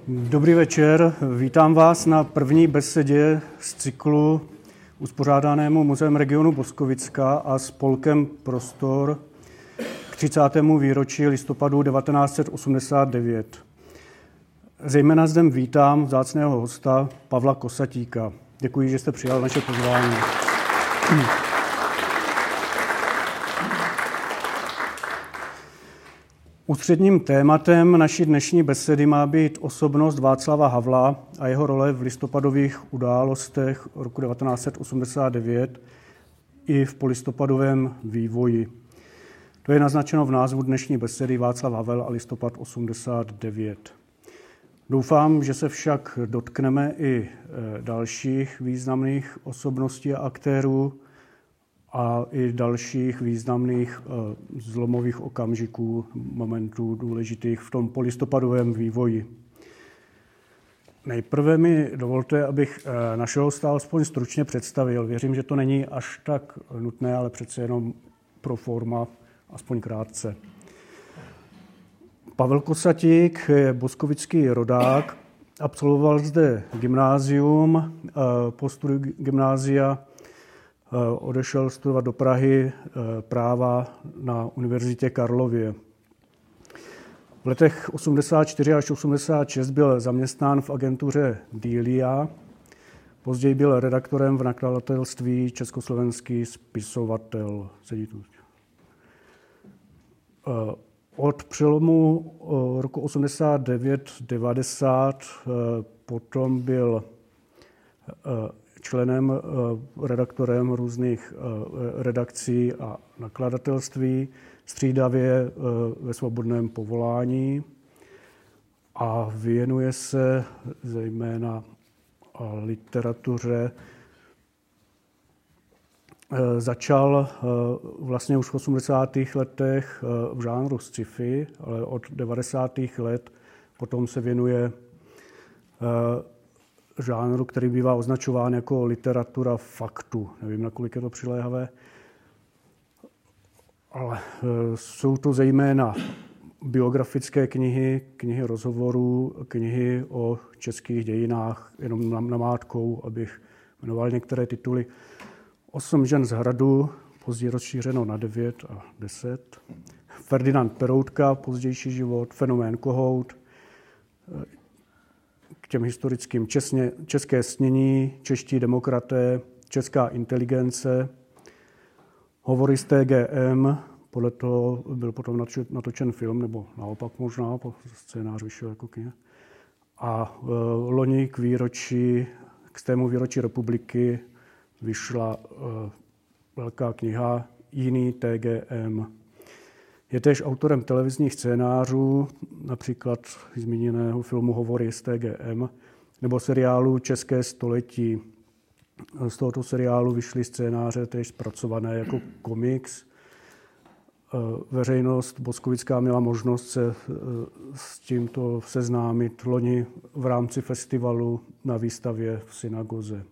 Dobrý večer, vítám vás na první besedě z cyklu uspořádanému Muzeem regionu Boskovicka a spolkem Prostor k 30. výročí listopadu 1989. Zejména zde vítám vzácného hosta Pavla Kosatíka. Děkuji, že jste přijal naše pozvání. Ústředním tématem naší dnešní besedy má být osobnost Václava Havla a jeho role v listopadových událostech roku 1989 i v polistopadovém vývoji. To je naznačeno v názvu dnešní besedy Václav Havel a listopad 89. Doufám, že se však dotkneme i dalších významných osobností a aktérů a i dalších významných zlomových okamžiků, momentů důležitých v tom polistopadovém vývoji. Nejprve mi dovolte, abych našeho hosta alespoň stručně představil. Věřím, že to není až tak nutné, ale přece jenom pro forma, aspoň krátce. Pavel Kosatík je boskovický rodák, absolvoval zde gymnázium, po studiu gymnázia odešel studovat do Prahy práva na Univerzitě Karlově. V letech 84 až 86 byl zaměstnán v agentuře Delia. Později byl redaktorem v nakladatelství Československý spisovatel. Od přelomu roku 89-90 potom byl členem, redaktorem různých redakcí a nakladatelství, střídavě ve svobodném povolání a věnuje se zejména literatuře. Začal vlastně už v 80. letech v žánru sci-fi, ale od 90. let potom se věnuje žánru, který bývá označován jako literatura faktu. Nevím, nakolik je to přiléhavé, ale jsou to zejména biografické knihy, knihy rozhovorů, knihy o českých dějinách, jenom namátkou, abych jmenoval některé tituly. 8 žen z hradu, později rozšířeno na 9 a 10. Ferdinand Peroutka, pozdější život, Fenomén Kohout, k těm historickým České snění, Čeští demokraté, Česká inteligence, Hovory z TGM, podle toho byl potom natočen film, nebo naopak možná, scénář vyšel jako kniha. A loni k stému výročí republiky vyšla velká kniha Jiný TGM. Je též autorem televizních scénářů, například zmíněného filmu Hovory z TGM, nebo seriálu České století. Z tohoto seriálu vyšly scénáře též zpracované jako komiks. Veřejnost boskovická měla možnost se s tímto seznámit loni v rámci festivalu na výstavě v synagoze.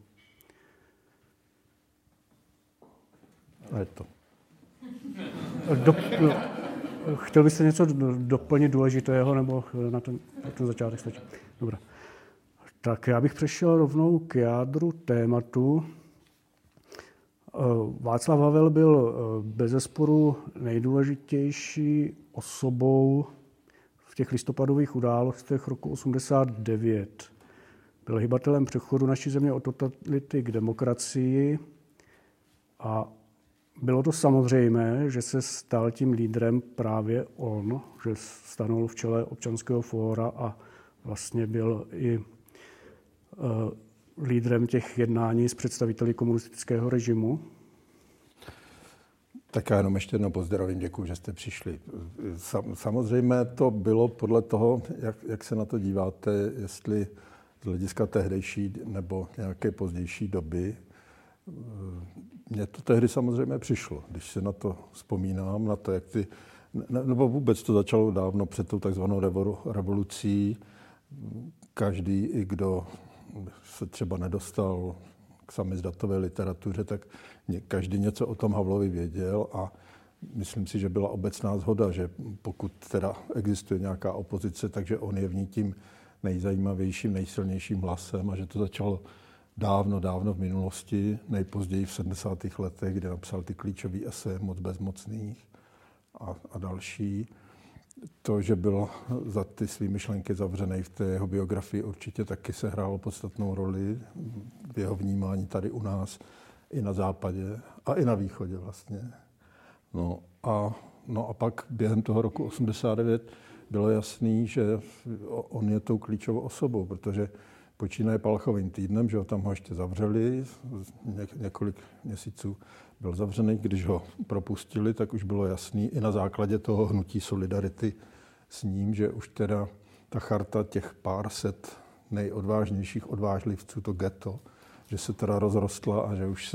A je to. Chtěl byste něco doplnit důležitého, nebo na ten začátek stačí? Dobrá. Tak já bych přešel rovnou k jádru tématu. Václav Havel byl bezesporu nejdůležitější osobou v těch listopadových událostech roku 89. Byl hybatelem přechodu naší země od totality k demokracii a bylo to samozřejmé, že se stal tím lídrem právě on, že stanul v čele Občanského fóra a vlastně byl i lídrem těch jednání s představiteli komunistického režimu. Tak já jenom ještě jednou pozdravím, děkuji, že jste přišli. Samozřejmě to bylo podle toho, jak se na to díváte, jestli z hlediska tehdejší nebo nějaké pozdější doby. Mně to tehdy samozřejmě přišlo, když se na to vzpomínám, na to, jak nebo vůbec to začalo dávno před tou takzvanou revolucí. Každý, i kdo se třeba nedostal k samizdatové literatuře, tak každý něco o tom Havlovi věděl a myslím si, že byla obecná shoda, že pokud teda existuje nějaká opozice, takže on je v ní tím nejzajímavějším, nejsilnějším hlasem a že to začalo dávno v minulosti, nejpozději v 70. letech, kde napsal ty klíčové eseje Moc bezmocných a další. To, že byl za ty své myšlenky zavřený v té jeho biografii, určitě taky se hrálo podstatnou roli v jeho vnímání tady u nás, i na západě a i na východě vlastně. No a pak během toho roku 89 bylo jasný, že on je tou klíčovou osobou, protože počínaje Palachovým týdnem, že ho tam ho ještě zavřeli, několik měsíců byl zavřený, když ho propustili, tak už bylo jasný i na základě toho hnutí solidarity s ním, že už teda ta charta těch pár set nejodvážnějších odvážlivců, to ghetto, že se teda rozrostla a že už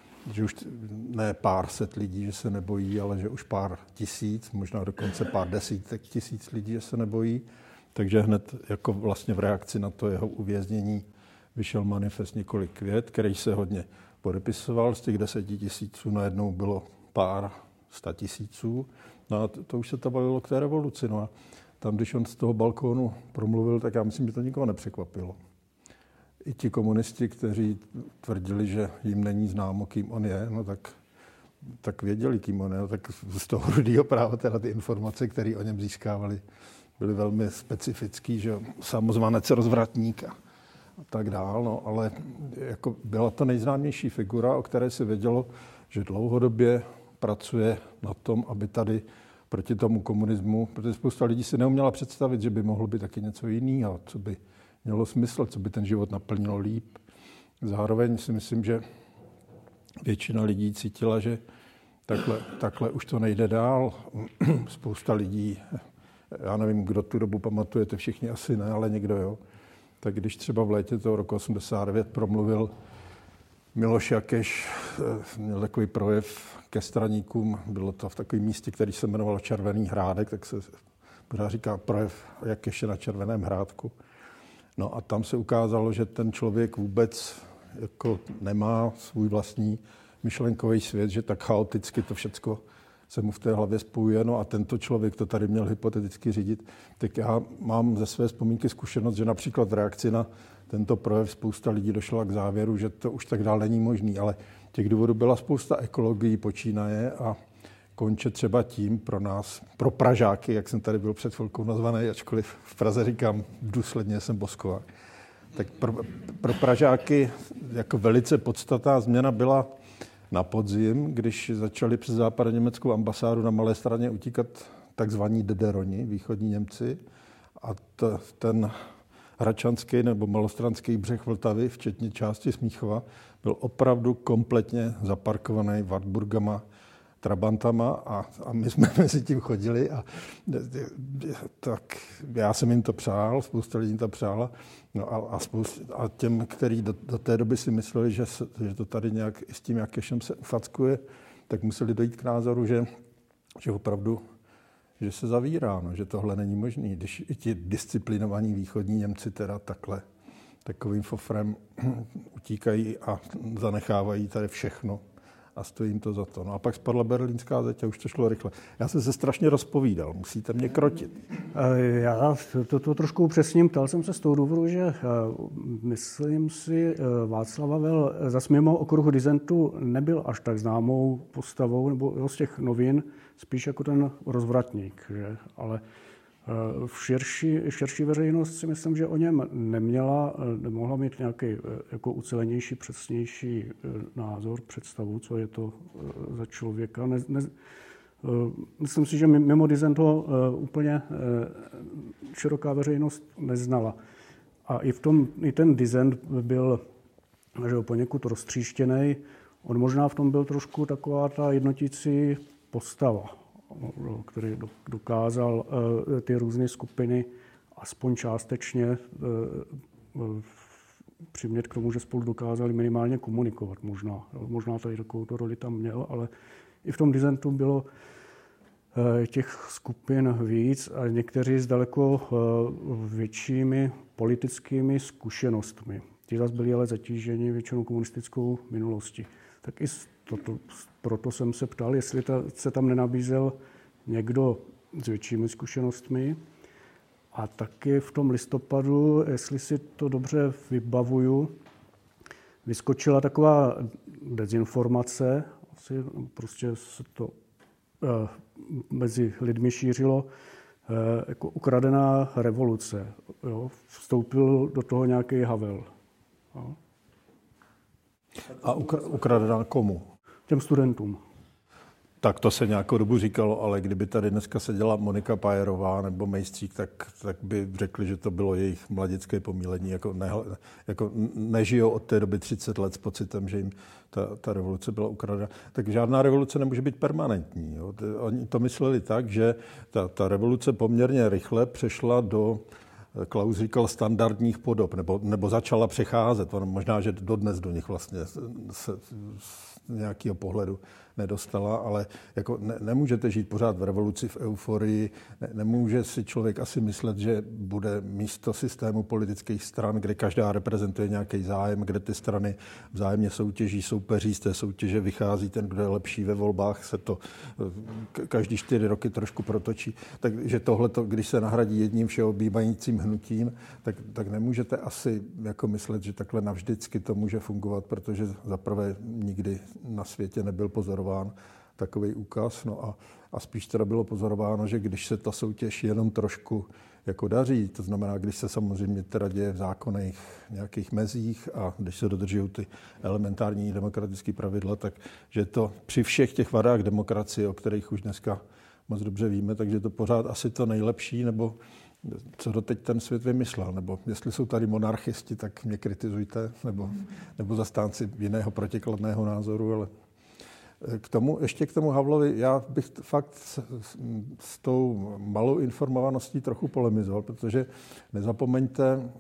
ne pár set lidí, že se nebojí, ale že už pár tisíc, možná dokonce pár desítek tisíc lidí, že se nebojí. Takže hned jako vlastně v reakci na to jeho uvěznění vyšel manifest Několik vět, který se hodně podepisoval. Z těch 10 000 najednou bylo pár 100 000. No a to už se to balilo k té revoluci. No a tam, když on z toho balkónu promluvil, tak já myslím, že to nikoho nepřekvapilo. I ti komunisti, kteří tvrdili, že jim není známo, kým on je, no tak věděli, kým on je. No tak z toho Rudýho práva teda ty informace, které o něm získávali, byly velmi specifický, že samozvanec, rozvratník a tak dál, no, ale jako byla to nejznámější figura, o které se vědělo, že dlouhodobě pracuje na tom, aby tady proti tomu komunismu, protože spousta lidí si neuměla představit, že by mohlo být taky něco jiného, co by mělo smysl, co by ten život naplnilo líp. Zároveň si myslím, že většina lidí cítila, že takhle už to nejde dál. Spousta lidí, já nevím, kdo tu dobu pamatujete, všichni asi ne, ale někdo jo. Tak když třeba v létě toho roku 89 promluvil Miloš Jakeš, měl takový projev ke straníkům, bylo to v takovém místě, který se jmenoval Červený hrádek, tak se pořád říká projev Jakeše na Červeném hrádku. No a tam se ukázalo, že ten člověk vůbec jako nemá svůj vlastní myšlenkový svět, že tak chaoticky to všecko se mu v té hlavě spojuje, no a tento člověk to tady měl hypoteticky řídit. Tak já mám ze své vzpomínky zkušenost, že například v reakci na tento projev spousta lidí došla k závěru, že to už tak dál není možný, ale těch důvodů byla spousta, ekologií počínaje a konče třeba tím pro nás, pro Pražáky, jak jsem tady byl před chvilkou nazvaný, ačkoliv v Praze říkám důsledně, jsem Boskovák. Tak pro Pražáky jako velice podstatná změna byla na podzim, když začali přes západoněmeckou ambasádu na Malé Straně utíkat takzvaní dederoni, východní Němci, a ten hračanský nebo malostranský břeh Vltavy, včetně části Smíchova, byl opravdu kompletně zaparkovaný Wartburgama, Trabantama a my jsme mezi tím chodili a tak já jsem jim to přál, spousta lidí to přála, no a těm, kteří do té doby si mysleli, že to tady nějak s tím Jakešem se ufackuje, tak museli dojít k názoru, že opravdu, že se zavírá, no, že tohle není možný, když i ti disciplinovaní východní Němci teda takovým fofrem utíkají a zanechávají tady všechno. A stojí jim to za to. No a pak spadla berlínská zeď a už to šlo rychle. Já jsem se strašně rozpovídal, musíte mě krotit. Já to trošku upřesním. Ptal jsem se z toho důvodu, že myslím si, Václav Havel zas mimo okruhu disentu nebyl až tak známou postavou, nebo z těch novin, spíš jako ten rozvratník. Že? Ale v širší veřejnost si myslím, že o něm nemohla mít nějaký jako ucelenější, přesnější názor, představu, co je to za člověka. Myslím si, že mimo dissent ho úplně široká veřejnost neznala. A i ten dissent byl poněkud roztříštěný. On možná v tom byl trošku taková ta jednotící postava, který dokázal ty různé skupiny aspoň částečně přimět k tomu, že spolu dokázali minimálně komunikovat. Možná tady takovou roli tam měl, ale i v tom dissentu bylo těch skupin víc a někteří s daleko většími politickými zkušenostmi. Ti zase byli ale zatíženi většinou komunistickou minulostí. Tak i proto jsem se ptal, jestli se tam nenabízel někdo s většími zkušenostmi A taky v tom listopadu, jestli si to dobře vybavuju, vyskočila taková dezinformace, asi prostě se to mezi lidmi šířilo, jako ukradená revoluce. Jo? Vstoupil do toho nějaký Havel. Jo? A ukradená komu? Těm studentům. Tak to se nějakou dobu říkalo, ale kdyby tady dneska seděla Monika Pajerová nebo Mejstřík, tak by řekli, že to bylo jejich mladické pomílení. Jako nežijou od té doby 30 let s pocitem, že jim ta revoluce byla ukradena. Tak žádná revoluce nemůže být permanentní. Jo. Oni to mysleli tak, že ta revoluce poměrně rychle přešla do, Klaus říkal, standardních podob, nebo začala přecházet. Možná, že dodnes do nich vlastně se nějakého pohledu nedostala, ale jako nemůžete žít pořád v revoluci, v euforii, nemůže si člověk asi myslet, že bude místo systému politických stran, kde každá reprezentuje nějaký zájem, kde ty strany vzájemně soutěží, soupeří, z té soutěže vychází ten, kdo je lepší ve volbách, se to každý 4 roky trošku protočí. Takže tohleto, když se nahradí jedním všeobjímajícím hnutím, tak nemůžete asi jako myslet, že takhle navždycky to může fungovat, protože zaprvé nikdy na světě nebyl pozorován takový úkaz. No a spíš teda bylo pozorováno, že když se ta soutěž jenom trošku jako daří, to znamená, když se samozřejmě teda děje v zákonných nějakých mezích a když se dodržují ty elementární demokratické pravidla, tak že to při všech těch vadách demokracie, o kterých už dneska moc dobře víme, takže to pořád asi to nejlepší, nebo co doteď ten svět vymyslel, nebo jestli jsou tady monarchisti, tak mě kritizujte, nebo zastánci jiného protikladného názoru, ale ještě k tomu Havlovi, já bych fakt s tou malou informovaností trochu polemizoval, protože nezapomeňte,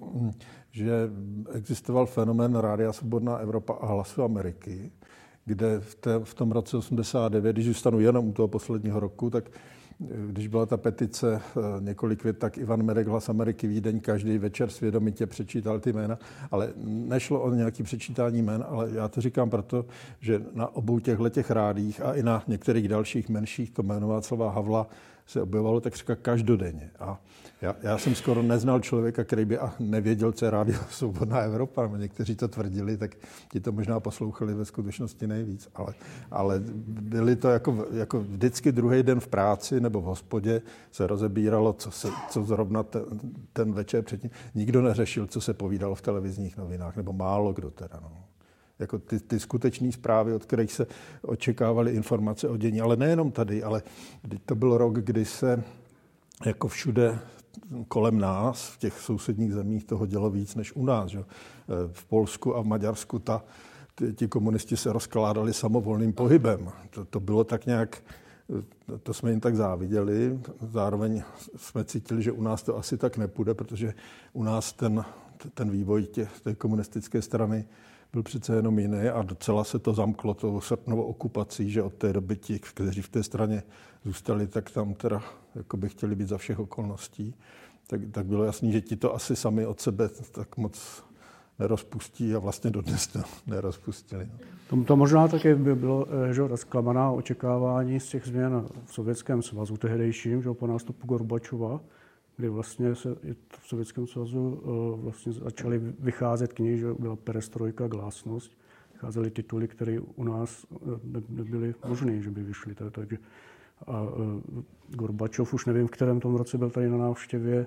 že existoval fenomén Rádia Svobodná Evropa a Hlasu Ameriky, kde v tom roce 89, když zůstanu jenom u toho posledního roku, tak když byla ta petice několik vět, tak Ivan Medek, Hlas Ameriky, Vídeň, každý večer svědomitě přečítal ty jména, ale nešlo o nějaké přečítání jmén, ale já to říkám proto, že na obou těchto rádiích a i na některých dalších menších to jméno Václava Havla se objevovalo takřka každodenně. A já jsem skoro neznal člověka, který by nevěděl, co je Rádio Svobodná Evropa. Někteří to tvrdili, tak ti to možná poslouchali ve skutečnosti nejvíc. Ale byli to jako vždycky druhý den v práci nebo v hospodě se rozebíralo, co zrovna ten večer předtím. Nikdo neřešil, co se povídalo v televizních novinách, nebo málo kdo teda. No. Jako ty skutečné zprávy, od kterých se očekávaly informace o dění. Ale nejenom tady, ale to byl rok, kdy se jako všude kolem nás, v těch sousedních zemích, toho dělo víc než u nás. Že? V Polsku a v Maďarsku ti komunisti se rozkládali samovolným pohybem. To bylo tak nějak, to jsme jim tak záviděli. Zároveň jsme cítili, že u nás to asi tak nepůjde, protože u nás ten vývoj té komunistické strany byl přece jenom jiný a docela se to zamklo tou srpnovou okupací, že od té doby ti, kteří v té straně zůstali, tak tam teda jako by chtěli být za všech okolností. Tak bylo jasný, že ti to asi sami od sebe tak moc nerozpustí a vlastně dodnes to nerozpustili. To možná také by bylo, že zklamaná očekávání z těch změn v Sovětském svazu tehdejším, že po nástupu Gorbačova, kdy vlastně se v Sovětském svazu vlastně začaly vycházet knihy, že byla perestrojka, glásnost. Vycházely tituly, které u nás nebyly možné, že by vyšly. Takže a Gorbačov, už nevím, v kterém tom roce byl tady na návštěvě,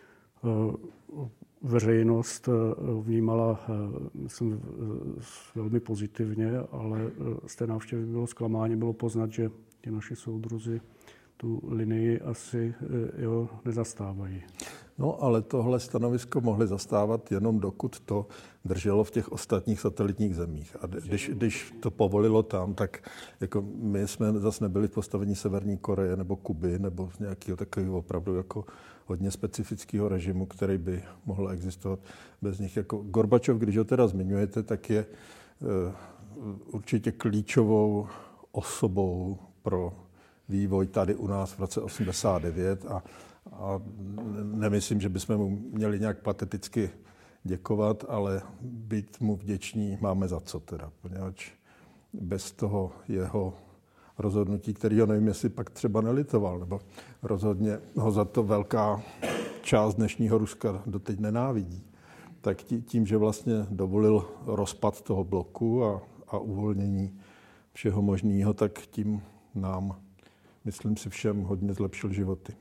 veřejnost vnímala, myslím, velmi pozitivně, ale z té návštěvy bylo zklamání, bylo poznat, že ti naši soudruzi tu linii asi nezastávají. No, ale tohle stanovisko mohli zastávat jenom dokud to drželo v těch ostatních satelitních zemích. A když to povolilo tam, tak jako my jsme zase nebyli v postavení Severní Koreje nebo Kuby nebo nějakého takového opravdu jako hodně specifického režimu, který by mohl existovat bez nich. Jako Gorbačov, když ho teda zmiňujete, tak je určitě klíčovou osobou pro vývoj tady u nás v roce 89 a nemyslím, že bychom mu měli nějak pateticky děkovat, ale být mu vděční máme za co teda, poněvadž bez toho jeho rozhodnutí, kterýho nevím, jestli pak třeba nelitoval, nebo rozhodně ho za to velká část dnešního Ruska doteď nenávidí, tak tím, že vlastně dovolil rozpad toho bloku a uvolnění všeho možného, tak tím nám, myslím si, všem hodně zlepšil životy.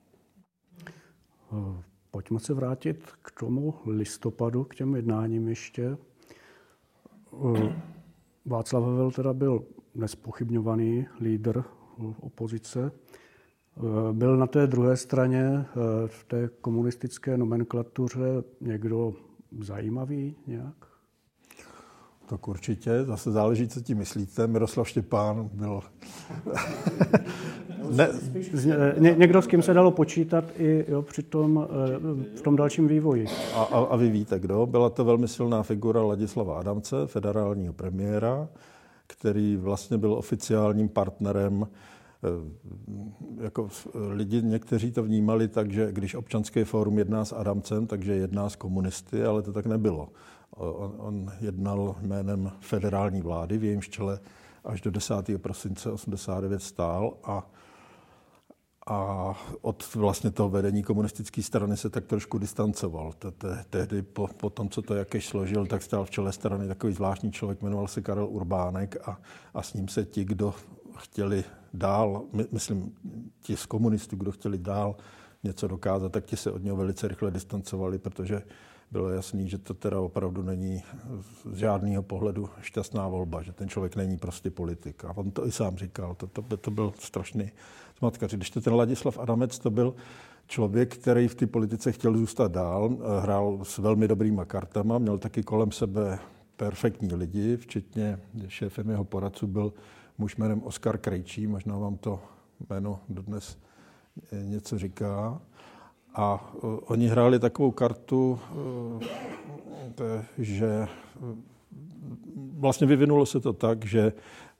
Pojďme se vrátit k tomu listopadu, k těm jednáním ještě. Václav Havel teda byl nezpochybňovaný lídr opozice. Byl na té druhé straně v té komunistické nomenklatuře někdo zajímavý nějak? Tak určitě, zase záleží, co tím myslíte. Miroslav Štěpán byl... Někdo, s kým se dalo počítat i v tom dalším vývoji. A vy víte, kdo? Byla to velmi silná figura Ladislava Adamce, federálního premiéra, který vlastně byl oficiálním partnerem. Jako lidi někteří to vnímali tak, že když Občanské fórum jedná s Adamcem, takže jedná s komunisty, ale to tak nebylo. On jednal jménem federální vlády, v jejímž čele až do 10. prosince 1989 stál a od vlastně toho vedení komunistické strany se tak trošku distancoval. Tehdy po tom, co to Jakeš složil, tak stál v čele strany takový zvláštní člověk, jmenoval se Karel Urbánek a s ním se ti, kdo chtěli dál, myslím, ti z komunistů, kdo chtěli dál něco dokázat, tak ti se od něho velice rychle distancovali, protože bylo jasný, že to teda opravdu není z žádného pohledu šťastná volba, že ten člověk není prostě politik. A on to i sám říkal, to byl strašný zmatkař. Když ten Ladislav Adamec, to byl člověk, který v té politice chtěl zůstat dál, hrál s velmi dobrýma kartama, měl taky kolem sebe perfektní lidi, včetně šéfem jeho poradců byl muž jménem Oskar Krejčí, možná vám to jméno dodnes něco říká. A oni hráli takovou kartu, že vlastně vyvinulo se to tak, že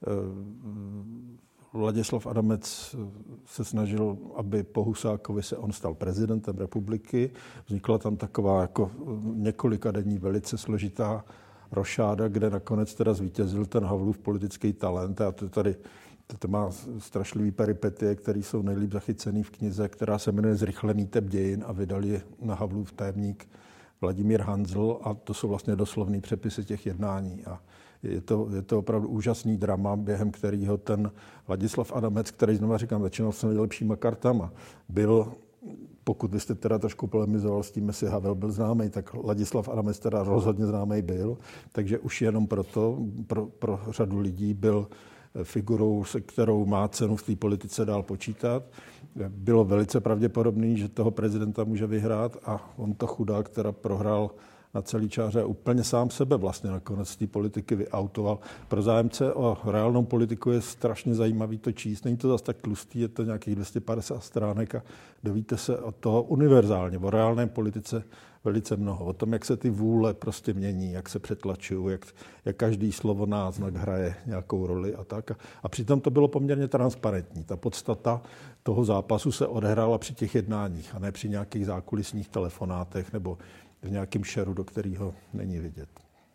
Ladislav Adamec se snažil, aby po Husákovi se on stal prezidentem republiky. Vznikla tam taková jako několikadenní velice složitá rošáda, kde nakonec teda zvítězil ten Havlův politický talent. A to má strašlivý peripetie, které jsou nejlíp zachycený v knize, která se jmenuje Zrychlený tep dějin a vydal ji na Havlův tajemník Vladimír Hanzl a to jsou vlastně doslovný přepisy těch jednání. A je to opravdu úžasný drama, během kterého ten Ladislav Adamec, který znova říkám, začínal s nejlepšíma kartama, byl, pokud byste teda trošku polemizoval s tím, jestli Havel byl známý, tak Ladislav Adamec teda rozhodně známý byl, takže už jenom proto pro řadu lidí byl figurou, se kterou má cenu v té politice dál počítat. Bylo velice pravděpodobné, že toho prezidenta může vyhrát a on to chudák, která prohrál na celý čáře úplně sám sebe vlastně nakonec z té politiky vyautoval. Pro zájemce o reálnou politiku je strašně zajímavý to číst. Není to zase tak tlustý, je to nějakých 250 stránek a dovíte se o toho univerzálně, o reálné politice velice mnoho. O tom, jak se ty vůle prostě mění, jak se přetlačují, jak každý slovo náznak hraje nějakou roli a tak. A přitom to bylo poměrně transparentní. Ta podstata toho zápasu se odehrála při těch jednáních a ne při nějakých zákulisních telefonátech nebo v nějakém šeru, do kterého není vidět.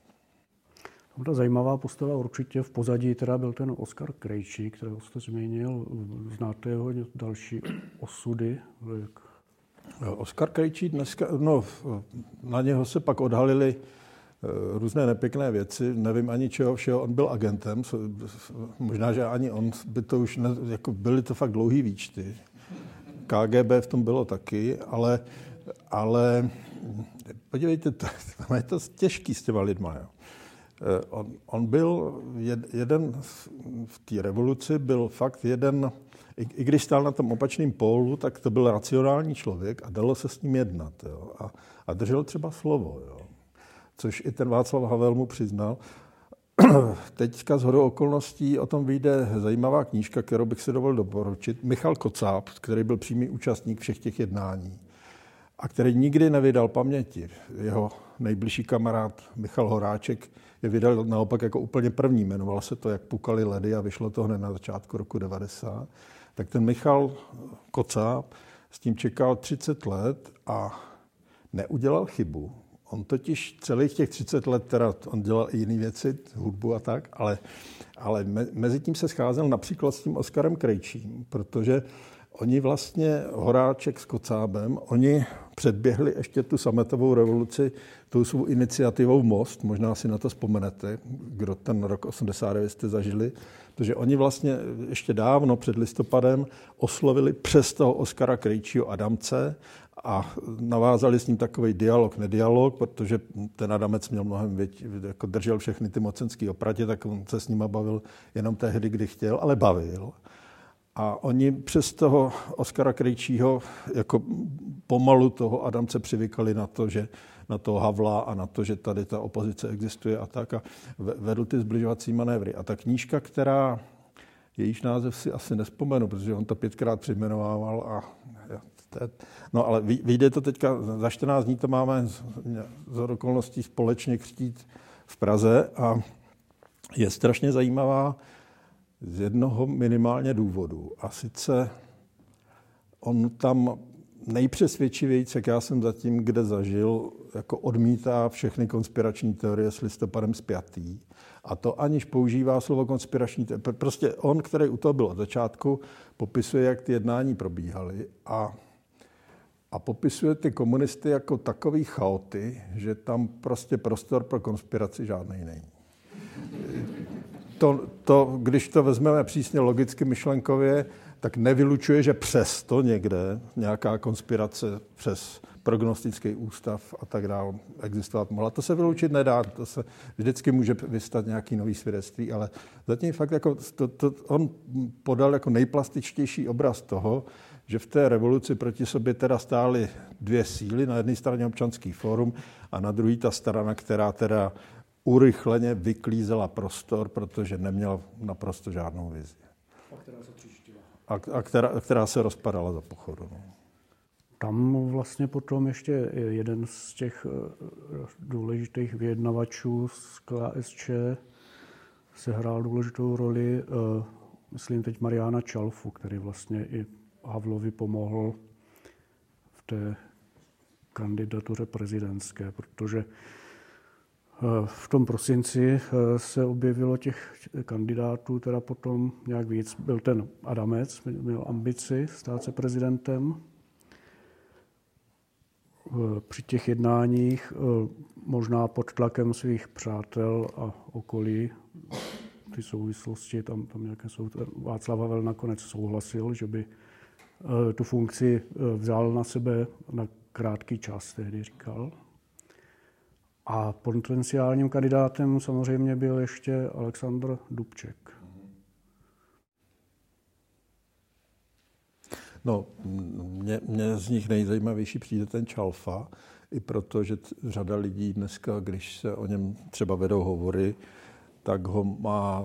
Ta zajímavá postava určitě v pozadí teda byl ten Oskar Krejčí, kterého jste zmínil. Znáte jeho další osudy? Oskar Krejčí dneska, na něho se pak odhalily různé nepěkné věci, nevím ani čeho všeho, on byl agentem, možná, že ani on by to už, byly to fakt dlouhý výčty. KGB v tom bylo taky, ale podívejte, je to těžký s těma lidma. Jo. On byl jeden v té revoluci, byl fakt jeden, i když stál na tom opačném pólu, tak to byl racionální člověk a dalo se s ním jednat. Jo. A držel třeba slovo, jo. Což i ten Václav Havel mu přiznal. Teďka shodou okolností o tom vyjde zajímavá knížka, kterou bych si dovolil doporučit. Michal Kocáb, který byl přímý účastník všech těch jednání a který nikdy nevydal paměti. Jeho nejbližší kamarád Michal Horáček je vydal naopak jako úplně první. Jmenoval se to Jak pukaly ledy a vyšlo to hned na začátku roku 90. Tak ten Michal Kocáb s tím čekal 30 let a neudělal chybu. On totiž celých těch 30 let, teda on dělal i jiné věci, hudbu a tak, ale mezi tím se scházel například s tím Oskarem Krejčím, protože oni vlastně, Horáček s Kocábem, oni předběhli ještě tu sametovou revoluci tou svou iniciativou Most, možná si na to vzpomenete, kdo ten rok 89 jste zažili, protože oni vlastně ještě dávno před listopadem oslovili přes toho Oskara Krejčího Adamce a navázali s ním takový dialog, nedialog, protože ten Adamec měl mnohem jako držel všechny ty mocenské opratě, tak on se s nima bavil jenom tehdy, kdy chtěl, ale bavil. A oni přes toho Oskara Krejčího jako pomalu toho Adamce přivykali na to, že na toho Havla a na to, že tady ta opozice existuje a tak a vedl ty zbližovací manévry. A ta knížka, která jejíž název si asi nespomenu, protože on to 5krát přejmenovával a no ale vyjde to teďka, za 14 dní to máme za okolností společně křtít v Praze a je strašně zajímavá z jednoho minimálně důvodu. A sice on tam nejpřesvědčivější, jak já jsem zatím kde zažil, jako odmítá všechny konspirační teorie s listopadem spjatý. A to aniž používá slovo konspirační teorie. Prostě on, který u toho byl od začátku, popisuje, jak ty jednání probíhaly a popisuje ty komunisty jako takový chaoty, že tam prostě prostor pro konspiraci žádnej není. Když to vezmeme přísně logicky myšlenkově, tak nevylučuje, že přesto někde nějaká konspirace přes prognostický ústav a tak dále existovat mohla. To se vyloučit nedá, to se vždycky může vystat nějaký nový svědectví, ale zatím fakt jako on podal jako nejplastičtější obraz toho, že v té revoluci proti sobě teda stály dvě síly, na jedné straně Občanský fórum a na druhé ta strana, která teda urychleně vyklízela prostor, protože neměla naprosto žádnou vizi. A která se tříštila. A která se rozpadala za pochodu. No. Tam vlastně potom ještě jeden z těch důležitých vyjednavačů z KSČ sehrál důležitou roli, myslím teď Mariana Čalfu, který vlastně i Havlovi pomohl v té kandidatuře prezidentské, protože v tom prosinci se objevilo těch kandidátů teda potom nějak víc. Byl ten Adamec, měl ambici stát se prezidentem. Při těch jednáních, možná pod tlakem svých přátel a okolí, ty souvislosti, tam nějaké jsou. Václav Havel nakonec souhlasil, že by tu funkci vzal na sebe na krátký čas, tehdy říkal. A potenciálním kandidátem samozřejmě byl ještě Alexandr Dubček. No, mě z nich nejzajímavější přijde ten Čalfa, i proto, že řada lidí dneska, když se o něm třeba vedou hovory, tak ho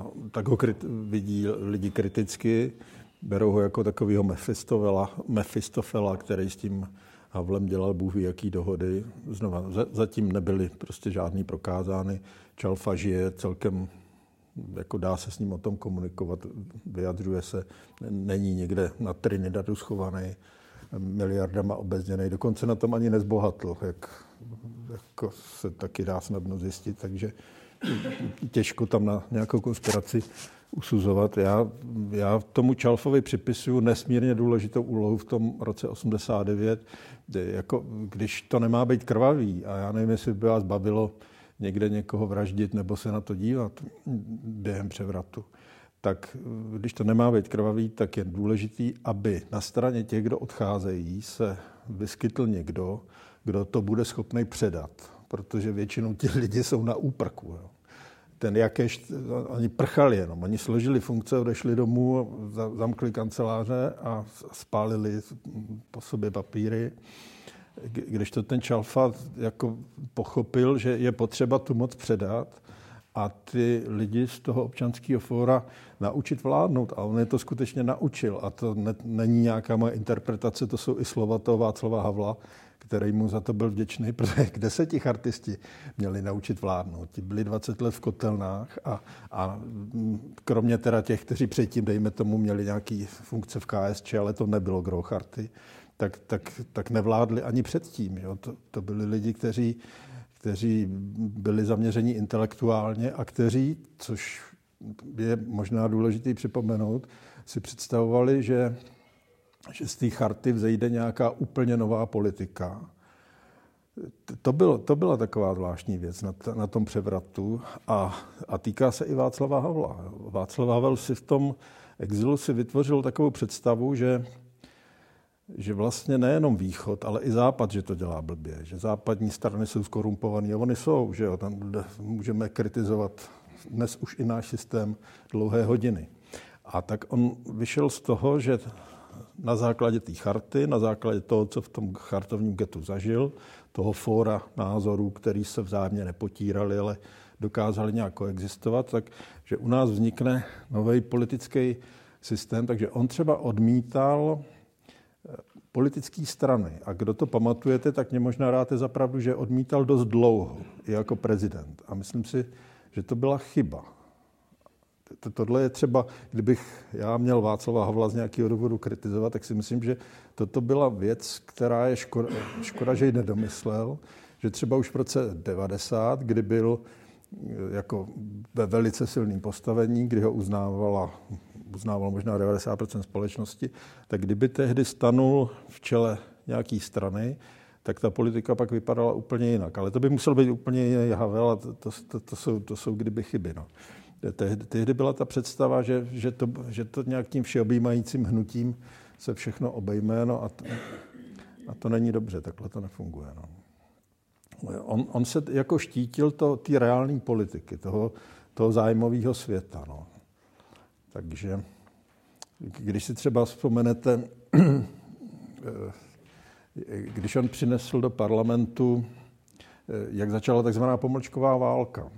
vidí lidi kriticky, berou ho jako takovýho Mefistofela, který s tím Havlem dělal bůh ví jaký dohody. Znova, zatím nebyly prostě žádný prokázány. Čalfa žije celkem, jako dá se s ním o tom komunikovat, vyjadřuje se, není někde na Trinidadu schovaný, miliardama obezděnej, dokonce na tom ani nezbohatl, jako se taky dá snadno zjistit, takže těžko tam na nějakou konspiraci usuzovat. Já tomu Čalfovi připisuju nesmírně důležitou úlohu v tom roce 89, jako když to nemá být krvavý, a já nevím, jestli by vás bavilo někde někoho vraždit nebo se na to dívat během převratu, tak když to nemá být krvavý, tak je důležitý, aby na straně těch, kdo odcházejí, se vyskytl někdo, kdo to bude schopný předat, protože většinou ti lidi jsou na úprku. Jo. Ten Jakeš, oni prchali jenom, oni složili funkce, odešli domů, zamkli kanceláře a spálili po sobě papíry. Když to ten Čalfa jako pochopil, že je potřeba tu moc předat a ty lidi z toho Občanského fóra naučit vládnout. A on je to skutečně naučil. A to není nějaká moje interpretace, to jsou i slova toho Václava Havla, který mu za to byl vděčný, protože kde se ti chartisti měli naučit vládnout? Ti byli 20 let v kotelnách a kromě teda těch, kteří předtím, dejme tomu, měli nějaký funkce v KSČ, ale to nebylo gros charty, tak nevládli ani předtím. Jo? To byli lidi, kteří byli zaměření intelektuálně a kteří, což je možná důležitý připomenout, si představovali, že že z té charty vzejde nějaká úplně nová politika. To byla taková zvláštní věc na tom převratu a týká se i Václava Havla. Václav Havel si v tom exilu si vytvořil takovou představu, že vlastně nejenom východ, ale i západ, že to dělá blbě, že západní strany jsou skorumpovaný a oni jsou, že jo, tam můžeme kritizovat dnes už i náš systém dlouhé hodiny. A tak on vyšel z toho, že na základě té charty, na základě toho, co v tom chartovním getu zažil, toho fóra názorů, který se vzájemně nepotírali, ale dokázali nějak koexistovat, takže u nás vznikne nový politický systém, takže on třeba odmítal politické strany. A kdo to pamatujete, tak mě možná dáte za pravdu, že odmítal dost dlouho i jako prezident. A myslím si, že to byla chyba. Tohle je třeba, kdybych já měl Václava Havla z nějakého důvodu kritizovat, tak si myslím, že toto byla věc, která je škoda, že ji nedomyslel, že třeba už v roce 90, kdy byl jako ve velice silném postavení, kdy ho uznávalo možná 90% společnosti, tak kdyby tehdy stanul v čele nějaký strany, tak ta politika pak vypadala úplně jinak. Ale to by musel být úplně jiný Havel a to jsou kdyby chyby. No. Tehdy byla ta představa, že to nějak tím všeobjímajícím hnutím se všechno obejme, no a to není dobře, takhle to nefunguje. No. On se jako štítil té reální politiky, toho zájmového světa. No. Takže když si třeba vzpomenete, když on přinesl do parlamentu, jak začala takzvaná pomlčková válka.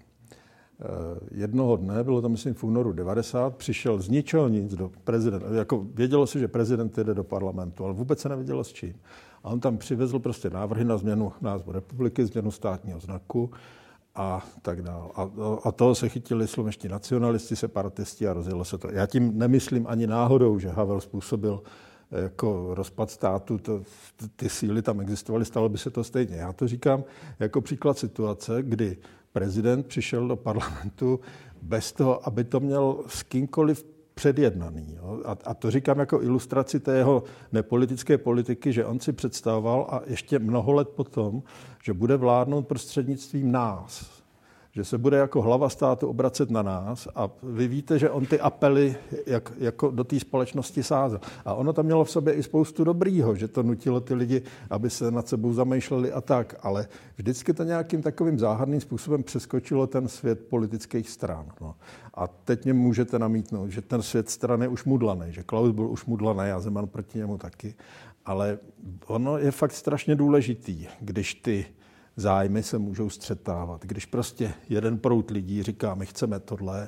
Jednoho dne, bylo to myslím v únoru 90, přišel z ničeho nic do prezidenta. Jako vědělo se, že prezident jde do parlamentu, ale vůbec se nevědělo s čím. A on tam přivezl prostě návrhy na změnu názvu republiky, změnu státního znaku a tak dále. A toho se chytili slovenští nacionalisti, separatisti a rozjelo se to. Já tím nemyslím ani náhodou, že Havel způsobil jako rozpad státu, ty síly tam existovaly, stalo by se to stejně. Já to říkám jako příklad situace, kdy prezident přišel do parlamentu bez toho, aby to měl s kýmkoliv předjednaný. Jo? A to říkám jako ilustraci té jeho nepolitické politiky, že on si představoval a ještě mnoho let potom, že bude vládnout prostřednictvím nás. Že se bude jako hlava státu obracet na nás a vy víte, že on ty apely jako do té společnosti sázel. A ono tam mělo v sobě i spoustu dobrýho, že to nutilo ty lidi, aby se nad sebou zamýšleli a tak, ale vždycky to nějakým takovým záhadným způsobem přeskočilo ten svět politických stran. No. A teď mě můžete namítnout, že ten svět stran je už mudlaný, že Klaus byl už mudlaný a Zeman proti němu taky, ale ono je fakt strašně důležitý, když ty zájmy se můžou střetávat. Když prostě jeden proud lidí říká, my chceme tohle,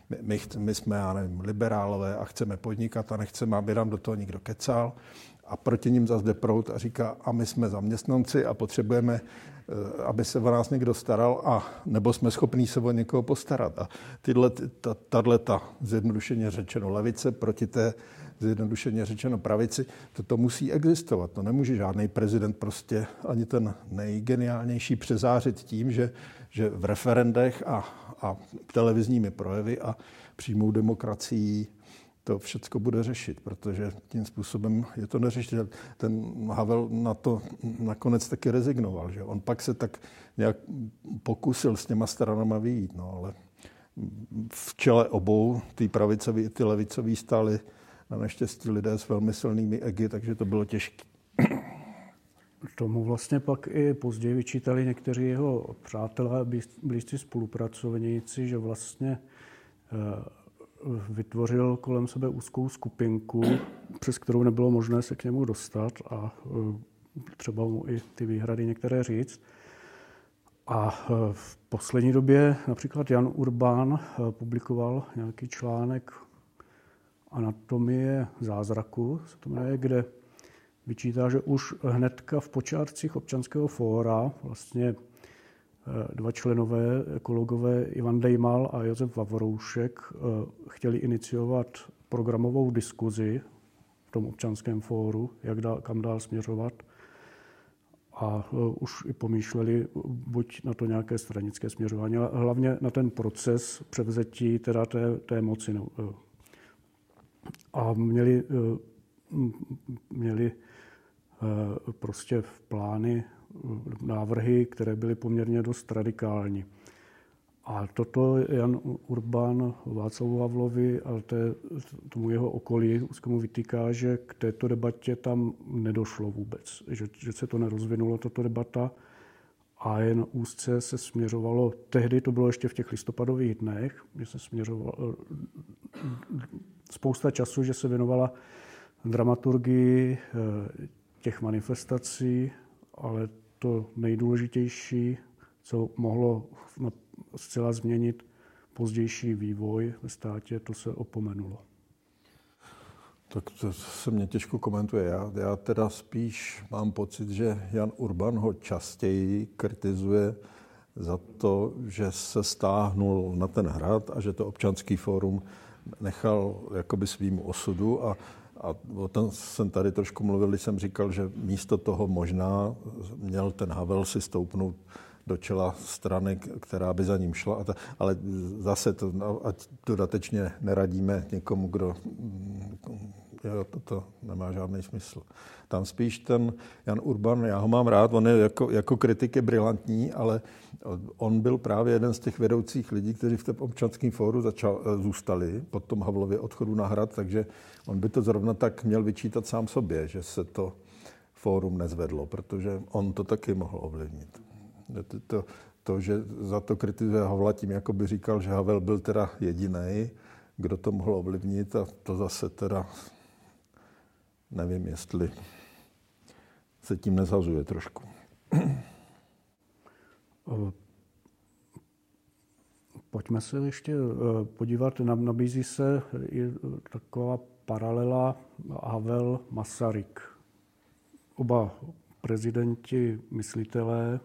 my jsme, já nevím, liberálové a chceme podnikat a nechceme, aby nám do toho nikdo kecal, a proti ním zase jde proud a říká, a my jsme zaměstnanci a potřebujeme, aby se o nás někdo staral, a nebo jsme schopní se o někoho postarat. A tato zjednodušeně řečeno levice proti té zjednodušeně řečeno pravici, to musí existovat. To nemůže žádný prezident prostě ani ten nejgeniálnější přezářit tím, že v referendech a televizními projevy a přímou demokracií to všecko bude řešit, protože tím způsobem je to neřešit. Ten Havel na to nakonec taky rezignoval, že on pak se tak nějak pokusil s těma stranama vyjít, no, ale v čele obou, ty pravicový i ty levicový, stály na neštěstí lidé s velmi silnými egy, takže to bylo těžké. Tomu vlastně pak i později vyčítali někteří jeho přátelé a blízcí spolupracovníci, že vlastně vytvořil kolem sebe úzkou skupinku, přes kterou nebylo možné se k němu dostat a třeba mu i ty výhrady některé říct. A v poslední době například Jan Urbán publikoval nějaký článek Anatomie zázraku, se to jmenuje, kde vyčítá, že už hnedka v počátcích Občanského fóra vlastně dva členové, ekologové Ivan Dejmal a Josef Vavroušek chtěli iniciovat programovou diskuzi v tom Občanském fóru, kam dál směřovat. A už i pomýšleli buď na to nějaké stranické směřování, ale hlavně na ten proces převzetí teda té moci. A měli měli prostě v plány návrhy, které byly poměrně dost radikální. A toto Jan Urban Václavu Havlovi a tomu jeho okolí úzkému vytýká, že k této debatě tam nedošlo vůbec, že se to nerozvinulo, tato debata, a jen úzce se směřovalo, tehdy to bylo ještě v těch listopadových dnech, že se směřovalo spousta času, že se věnovala dramaturgii těch manifestací, ale to nejdůležitější, co mohlo zcela změnit pozdější vývoj ve státě, to se opomenulo. Tak to se mě těžko komentuje. Já teda spíš mám pocit, že Jan Urban ho častěji kritizuje za to, že se stáhnul na ten hrad a že to Občanský fórum nechal jakoby svýmu osudu a o tom jsem tady trošku mluvil, když jsem říkal, že místo toho možná měl ten Havel si stoupnout do čela strany, která by za ním šla. Ale zase to, ať dodatečně neradíme někomu, kdo... To nemá žádný smysl. Tam spíš ten Jan Urban, já ho mám rád, on je jako kritik je brilantní, ale on byl právě jeden z těch vedoucích lidí, kteří v tom Občanském fóru zůstali po tom Havlově odchodu na hrad, takže on by to zrovna tak měl vyčítat sám sobě, že se to fórum nezvedlo, protože on to taky mohl ovlivnit. To, že za to kritizuje Havla tím, jako by říkal, že Havel byl teda jedinej, kdo to mohl ovlivnit, a to zase teda nevím, jestli se tím nezhazuje trošku. Pojďme se ještě podívat, nabízí se i taková paralela Havel-Masaryk. Oba prezidenti, myslitelé,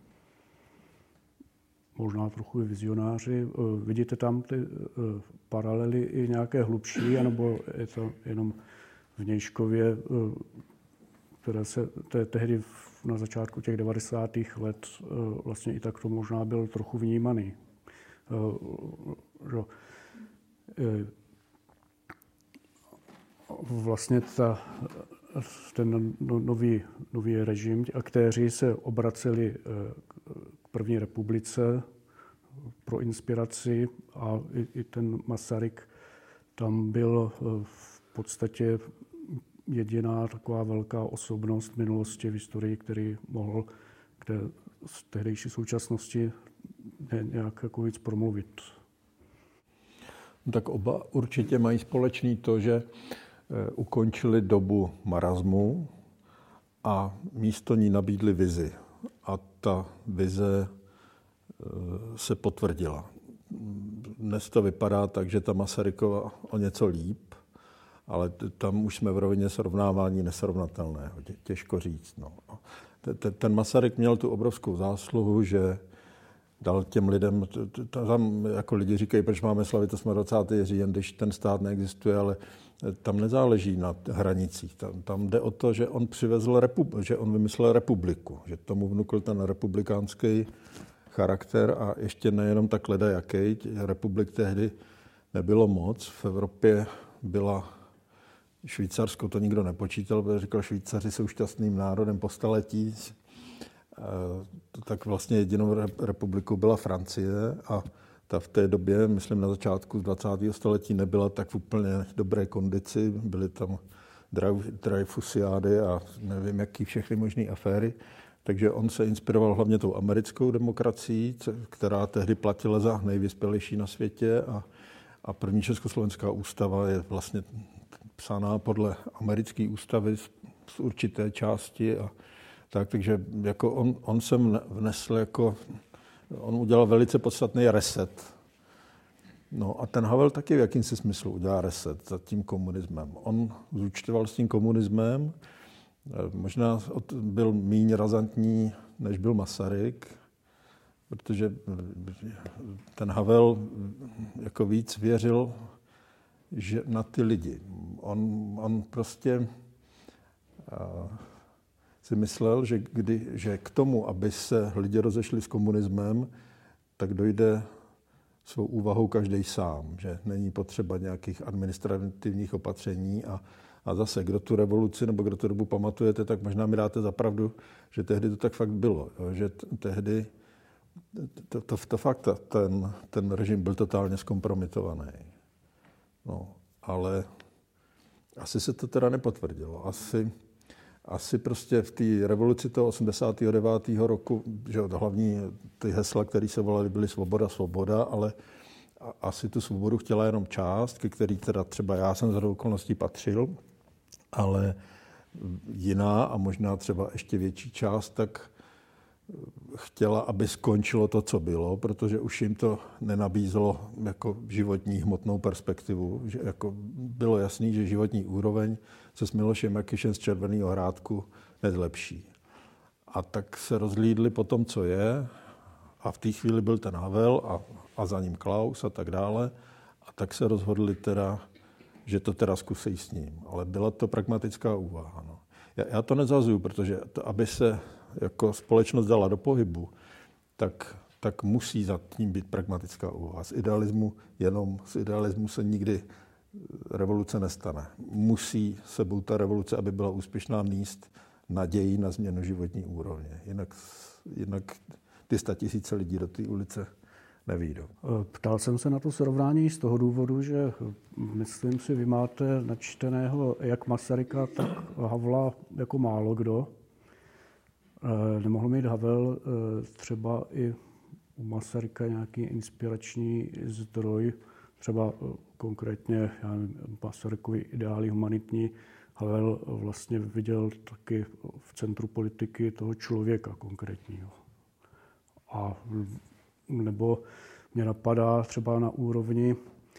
možná trochu i vizionáři. Vidíte tam ty paralely i nějaké hlubší, anebo je to jenom vnějškově, které se tehdy na začátku těch 90. let vlastně i tak to možná byl trochu vnímaný. Vlastně ten nový režim, aktéři se obraceli k první republice pro inspiraci a i ten Masaryk tam byl v podstatě jediná taková velká osobnost minulosti v historii, který mohl k té tehdejší současnosti nějak jako víc promluvit. Tak oba určitě mají společný to, že ukončili dobu marasmu a místo ní nabídli vizi. A ta vize se potvrdila. Dnes to vypadá tak, že ta Masarykova o něco líp, ale tam už jsme v rovině srovnávání nesrovnatelného. Těžko říct. No. Ten Masaryk měl tu obrovskou zásluhu, že dal těm lidem, tam jako lidi říkají, proč máme slavit 28. říjen, když ten stát neexistuje, ale tam nezáleží na hranicích. Tam jde o to, že on že on vymyslel republiku, že tomu vnukl ten republikánský charakter a ještě nejenom tak ledajakej. Republik tehdy nebylo moc. V Evropě byla Švýcarsko, to nikdo nepočítal, protože říkal, Švýcaři jsou šťastným národem po staletí. Tak vlastně jedinou republikou byla Francie a ta v té době, myslím na začátku 20. století, nebyla tak v úplně dobré kondici. Byly tam Dreyfusiády a nevím, jaký všechny možné aféry. Takže on se inspiroval hlavně tou americkou demokracií, která tehdy platila za nejvyspělejší na světě a první československá ústava je vlastně psaná podle americké ústavy z určité části a takže jako on sem vnesl on udělal velice podstatný reset. No a ten Havel taky v jakýmsi smyslu udělal reset za tím komunismem. On zúčtoval s tím komunismem, možná byl míň razantní, než byl Masaryk, protože ten Havel jako víc věřil že na ty lidi. On prostě si myslel, že k tomu, aby se lidi rozešli s komunismem, tak dojde svou úvahou každý sám, že není potřeba nějakých administrativních opatření A zase, kdo tu revoluci nebo kdo tu dobu pamatujete, tak možná mi dáte za pravdu, že tehdy to tak fakt bylo. Jo? Že tehdy to fakt ten režim byl totálně zkompromitovaný. No, ale asi se to teda nepotvrdilo. Asi prostě v té revoluci toho 89. roku, že hlavní ty hesla, které se volaly, byly svoboda, svoboda, ale asi tu svobodu chtěla jenom část, ke který teda třeba já jsem za okolností patřil, ale jiná a možná třeba ještě větší část, tak chtěla, aby skončilo to, co bylo, protože už jim to nenabízelo jako životní hmotnou perspektivu. Že jako bylo jasný, že životní úroveň se s Milošem Makyšem z Červeného Hrádku nezlepší. A tak se rozhlídli po tom, co je, a v té chvíli byl ten Havel a za ním Klaus a tak dále. A tak se rozhodli teda, že to teda zkusí s ním. Ale byla to pragmatická úvaha. No. Já to nezazuju, protože aby se jako společnost dala do pohybu, tak musí za tím být pragmatická úvaha. Z idealismu se nikdy revoluce nestane. Musí sebou ta revoluce, aby byla úspěšná, míst naději na změnu životní úrovně. Jinak ty 100 000 lidí do té ulice nevyjdou. Ptal jsem se na to srovnání z toho důvodu, že myslím si, vy máte načteného jak Masaryka, tak Havla jako málo kdo. Nemohl mít Havel třeba i u Masaryka nějaký inspirační zdroj, třeba konkrétně Masarykovi ideály humanitní. Havel vlastně viděl taky v centru politiky toho člověka konkrétního. A nebo mě napadá třeba na úrovni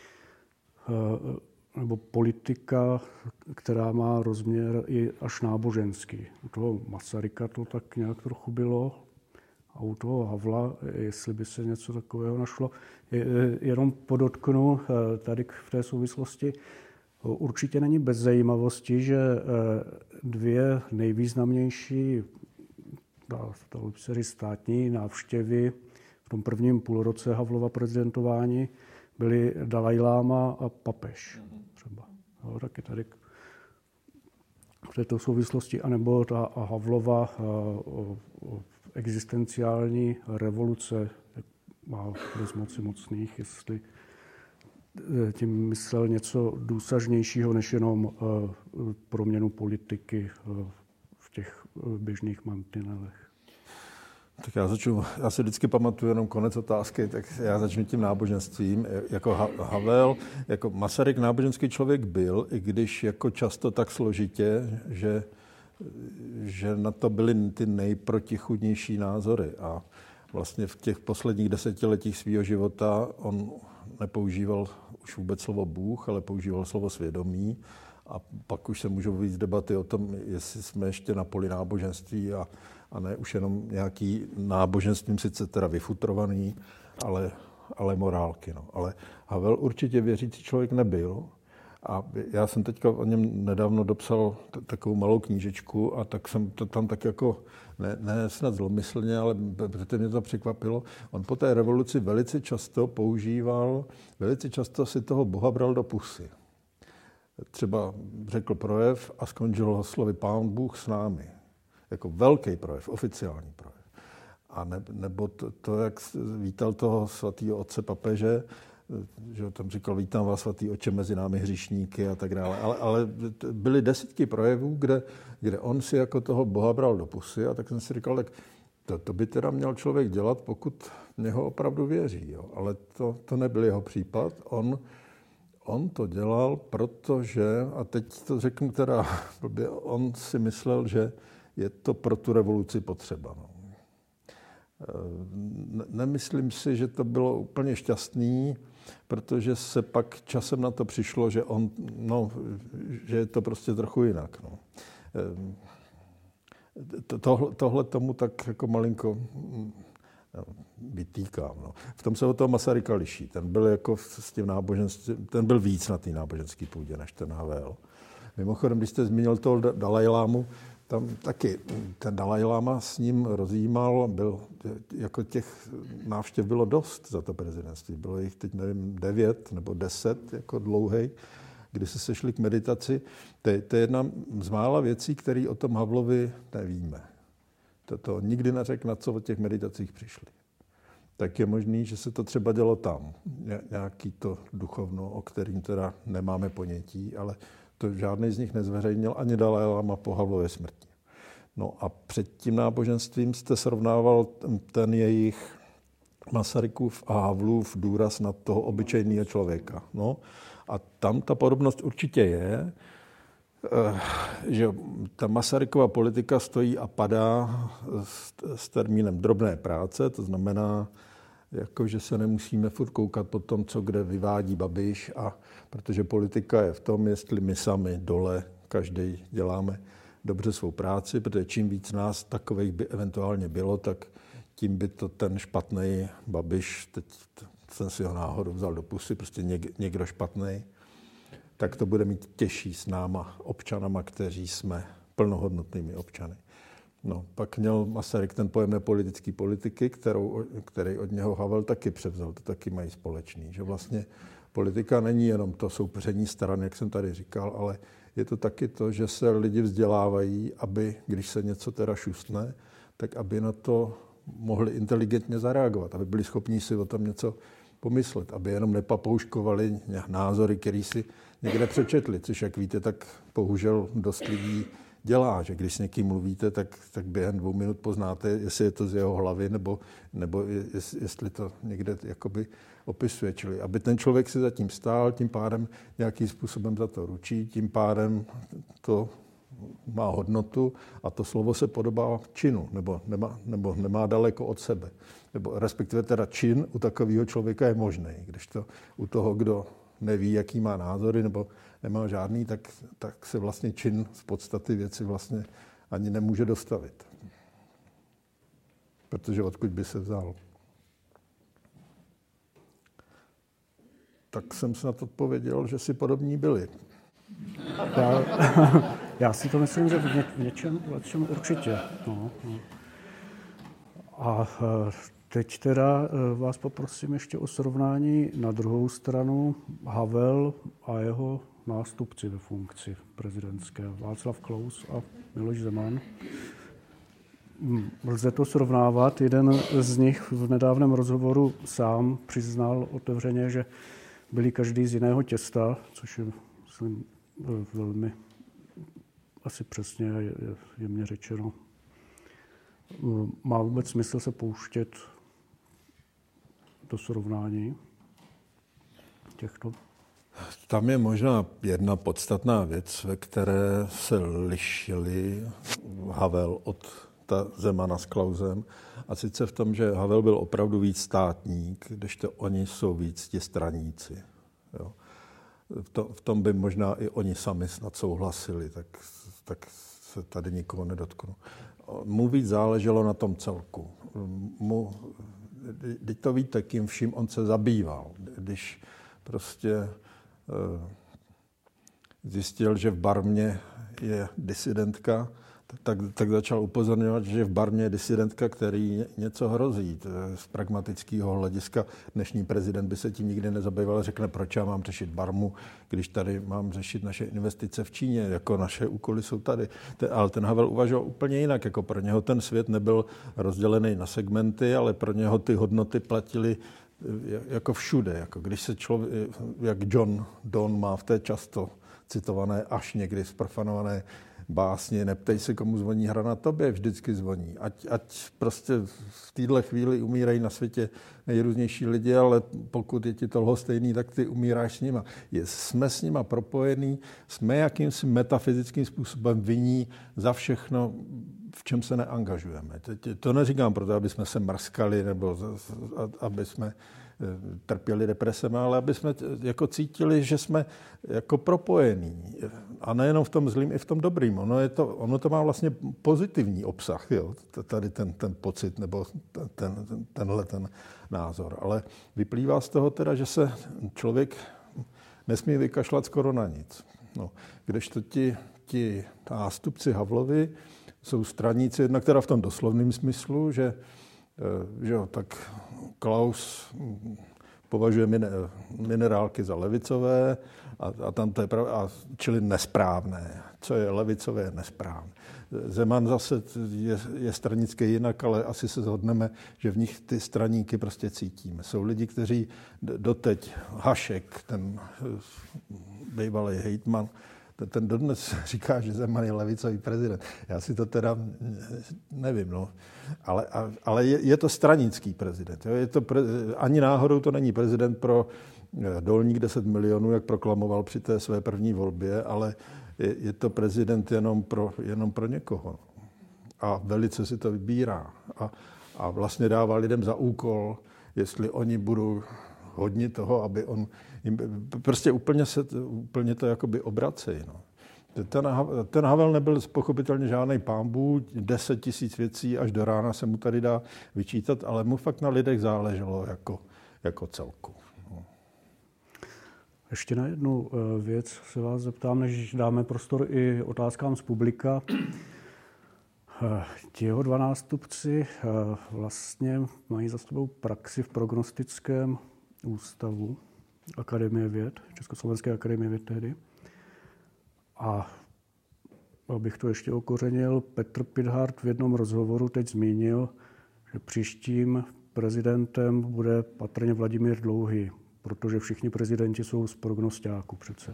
nebo politika, která má rozměr i až náboženský. U toho Masaryka to tak nějak trochu bylo a u toho Havla, jestli by se něco takového našlo. Jenom podotknu tady v té souvislosti, určitě není bez zajímavosti, že dvě nejvýznamnější státní návštěvy v tom prvním půlroce Havlova prezidentování byly Dalajláma a papež třeba. Jo, taky tady v této souvislosti, anebo ta Havlova existenciální revoluce má bez moci mocných, jestli tím myslel něco důsažnějšího než jenom proměnu politiky v těch běžných mantinelech. Tak já si vždycky pamatuju jenom konec otázky, tak já začnu tím náboženstvím. Jako Havel, jako Masaryk náboženský člověk byl, i když jako často tak složitě, že na to byly ty nejprotichůdnější názory. A vlastně v těch posledních desetiletích svého života on nepoužíval už vůbec slovo Bůh, ale používal slovo svědomí. A pak už se můžou víc debaty o tom, jestli jsme ještě na poli náboženství a ne už jenom nějaký náboženstvím sice teda vyfutrovaný, ale morálky. No. Ale Havel určitě věřící člověk nebyl. A já jsem teďka o něm nedávno dopsal takovou malou knížečku a tak jsem to tam tak jako, ne snad zlomyslně, ale protože mě to překvapilo. On po té revoluci velice často si toho Boha bral do pusy. Třeba řekl projev a skončil ho slovy Pán Bůh s námi. Jako velký projev, oficiální projev. A nebo to, jak vítal toho svatého otce papeže, že tam říkal, vítám vás, svatý otče, mezi námi hříšníky a tak dále. Ale byly desítky projevů, kde on si jako toho Boha bral do pusy a tak jsem si říkal, tak to by teda měl člověk dělat, pokud v něho opravdu věří. Jo. Ale to nebyl jeho případ. On to dělal, protože, a teď to řeknu teda, on si myslel, že je to pro tu revoluci potřeba. No. Nemyslím si, že to bylo úplně šťastný, protože se pak časem na to přišlo, že že je to prostě trochu jinak. No. Tohle tomu tak jako malinko vytýkám. No. V tom se od toho Masaryka liší. Ten byl jako s tím náboženstvím, ten byl víc na té náboženské půdě než ten Havel. Mimochodem, když jste zmínil toho Dalajlámu, tam taky ten Dalajláma s ním rozjímal, jako těch návštěv bylo dost za to prezidentství. Bylo jich teď, nevím, 9 nebo 10 jako dlouhej. kdy se sešli k meditaci. To je jedna z mála věcí, které o tom Havlovi nevíme. To nikdy neřekl, na co o těch meditacích přišli. Tak je možný, že se to třeba dělo tam. Nějaký to duchovno, o kterým teda nemáme ponětí, ale to žádný z nich nezveřejnil ani Dalaj Lama po Havlově smrti. No a před tím náboženstvím jste srovnával ten jejich Masarykův a Havlův důraz na toho obyčejného člověka. No a tam ta podobnost určitě je, že ta Masarykova politika stojí a padá s termínem drobné práce, to znamená, jako, že se nemusíme furt koukat po tom, co kde vyvádí Babiš, a protože politika je v tom, jestli my sami dole, každý děláme dobře svou práci, protože čím víc nás takových by eventuálně bylo, tak tím by to ten špatný Babiš, teď jsem si ho náhodou vzal do pusy, prostě někdo špatný, tak to bude mít těžší s náma, občanama, kteří jsme plnohodnotnými občany. No, pak měl Masaryk ten pojem nepolitický politiky, který od něho Havel taky převzal, to taky mají společný, že vlastně politika není jenom to soupeření stran, jak jsem tady říkal, ale je to taky to, že se lidi vzdělávají, aby, když se něco teda šustne, tak aby na to mohli inteligentně zareagovat, aby byli schopni si o tom něco pomyslet, aby jenom nepapouškovali názory, které si někde přečetli, což, jak víte, tak bohužel dost lidí dělá, že když s někým mluvíte, tak během 2 minut poznáte, jestli je to z jeho hlavy, nebo jestli to někde jakoby opisuje. Čili aby ten člověk si zatím stál, tím pádem nějakým způsobem za to ručí, tím pádem to má hodnotu a to slovo se podobá činu, nebo nemá daleko od sebe. Nebo respektive teda čin u takového člověka je možný, když to u toho, kdo neví, jaký má názory, nebo nemá žádný, tak se vlastně čin z podstaty věci vlastně ani nemůže dostavit. Protože odkud by se vzal. Tak jsem se na to odpověděl, že si podobní byli. Já si to myslím, že v něčem určitě. No. A teď teda vás poprosím ještě o srovnání na druhou stranu Havel a jeho nástupci ve funkci prezidentské, Václav Klaus a Miloš Zeman. Lze to srovnávat. Jeden z nich v nedávném rozhovoru sám přiznal otevřeně, že byli každý z jiného těsta, což je, myslím, velmi asi přesně jemně řečeno. Má vůbec smysl se pouštět do srovnání těchto? Tam je možná jedna podstatná věc, ve které se lišili Havel od Zemana s Klausem. A sice v tom, že Havel byl opravdu víc státník, kdežto oni jsou víc ti straníci. Jo. V tom by možná i oni sami snad souhlasili, tak se tady nikoho nedotknu. Mu víc záleželo na tom celku. Teď to víte, kým vším on se zabýval. Když prostě zjistil, že v Barmě je disidentka, tak začal upozorňovat, že v Barmě je disidentka, který něco hrozí. Z pragmatického hlediska dnešní prezident by se tím nikdy nezabýval, řekne, proč já mám řešit Barmu, když tady mám řešit naše investice v Číně, jako naše úkoly jsou tady. Ale ten Havel uvažoval úplně jinak, jako pro něho ten svět nebyl rozdělený na segmenty, ale pro něho ty hodnoty platily jako všude, jako když se člověk, jak John Donne má v té často citované, až někdy zprofanované básně, neptej se, komu zvoní hra, na tobě vždycky zvoní. Ať prostě v téhle chvíli umírají na světě nejrůznější lidi, ale pokud je ti to lhostejný, tak ty umíráš s nima. Jsme s nima propojení, jsme jakýmsi metafyzickým způsobem vinní za všechno, v čem se neangažujeme. To neříkám proto, aby jsme se mrskali nebo aby jsme trpěli depresemi, ale aby jsme jako cítili, že jsme jako propojení. A nejenom v tom zlým, i v tom dobrým. Ono to má vlastně pozitivní obsah, jo? Tady ten pocit nebo tenhle názor. Ale vyplývá z toho teda, že se člověk nesmí vykašlat skoro na nic. No, kdežto ti nástupci Havlovi jsou straníci, jednak teda v tom doslovném smyslu, že jo, tak Klaus považuje minerálky za levicové a tam to je čili nesprávné. Co je levicové, je nesprávné. Zeman zase je stranický jinak, ale asi se shodneme, že v nich ty straníky prostě cítíme. Jsou lidi, kteří doteď, Hašek, ten bývalý hejtman, ten dodnes říká, že Zeman je levicový prezident. Já si to teda nevím, no. Ale je to stranický prezident. Jo? Ani náhodou to není prezident pro Dolník 10 milionů, jak proklamoval při té své první volbě, ale je to prezident jenom pro někoho. A velice si to vybírá. A vlastně dává lidem za úkol, jestli oni budou hodni toho, aby on prostě úplně to jakoby obracejí. No. Ten Havel nebyl pochopitelně žádný pánbůh, 10 000 věcí až do rána se mu tady dá vyčítat, ale mu fakt na lidech záleželo jako celku. No. Ještě na jednu věc se vás zeptám, než dáme prostor i otázkám z publika. Ti jeho dva nástupci vlastně mají za sebou praxi v prognostickém ústavu Akademie věd, Československé akademie věd tehdy. A abych to ještě okořenil, Petr Pithart v jednom rozhovoru teď zmínil, že příštím prezidentem bude patrně Vladimír Dlouhý, protože všichni prezidenti jsou z prognosťáků přece.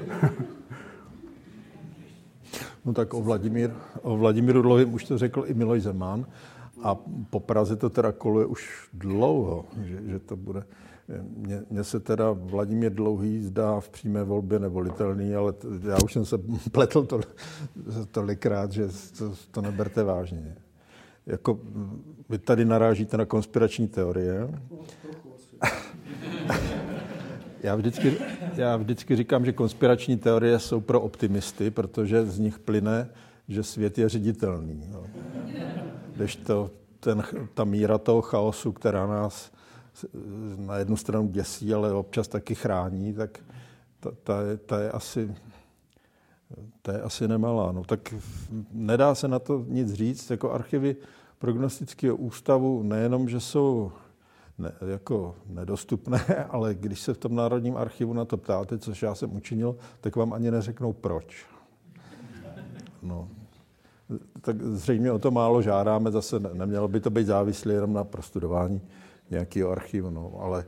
No tak o Vladimíru Dlouhým už to řekl i Miloš Zeman a po Praze to teda koluje už dlouho, že to bude. Mně se teda Vladimír Dlouhý zdá v přímé volbě nevolitelný, ale já už jsem se pletl tolikrát, že to neberte vážně. Jako, vy tady narážíte na konspirační teorie. Já vždycky říkám, že konspirační teorie jsou pro optimisty, protože z nich plyne, že svět je ředitelný. No. Kdežto ta míra toho chaosu, která nás na jednu stranu děsí, ale občas taky chrání, tak ta je asi nemalá. No, tak nedá se na to nic říct. Jako archivy prognostického ústavu nejenom, že jsou jako nedostupné, ale když se v tom Národním archivu na to ptáte, což já jsem učinil, tak vám ani neřeknou proč. No. Tak zřejmě o to málo žádáme, zase nemělo by to být závislé jenom na prostudování nějakého archivu, no, ale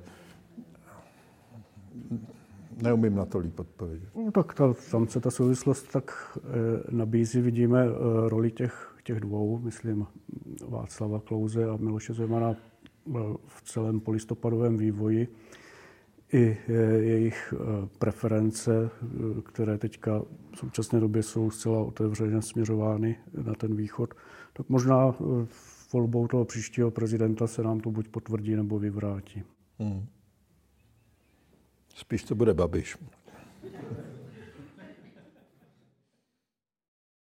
neumím na to líp odpovědět. No, tak tam se ta souvislost tak nabízí, vidíme roli těch dvou, myslím Václava Klause a Miloše Zemana v celém polistopadovém vývoji i jejich preference, které teďka v současné době jsou zcela otevřeně směřovány na ten východ, tak možná volbou toho příštího prezidenta se nám to buď potvrdí, nebo vyvrátí. Spíš to bude Babiš.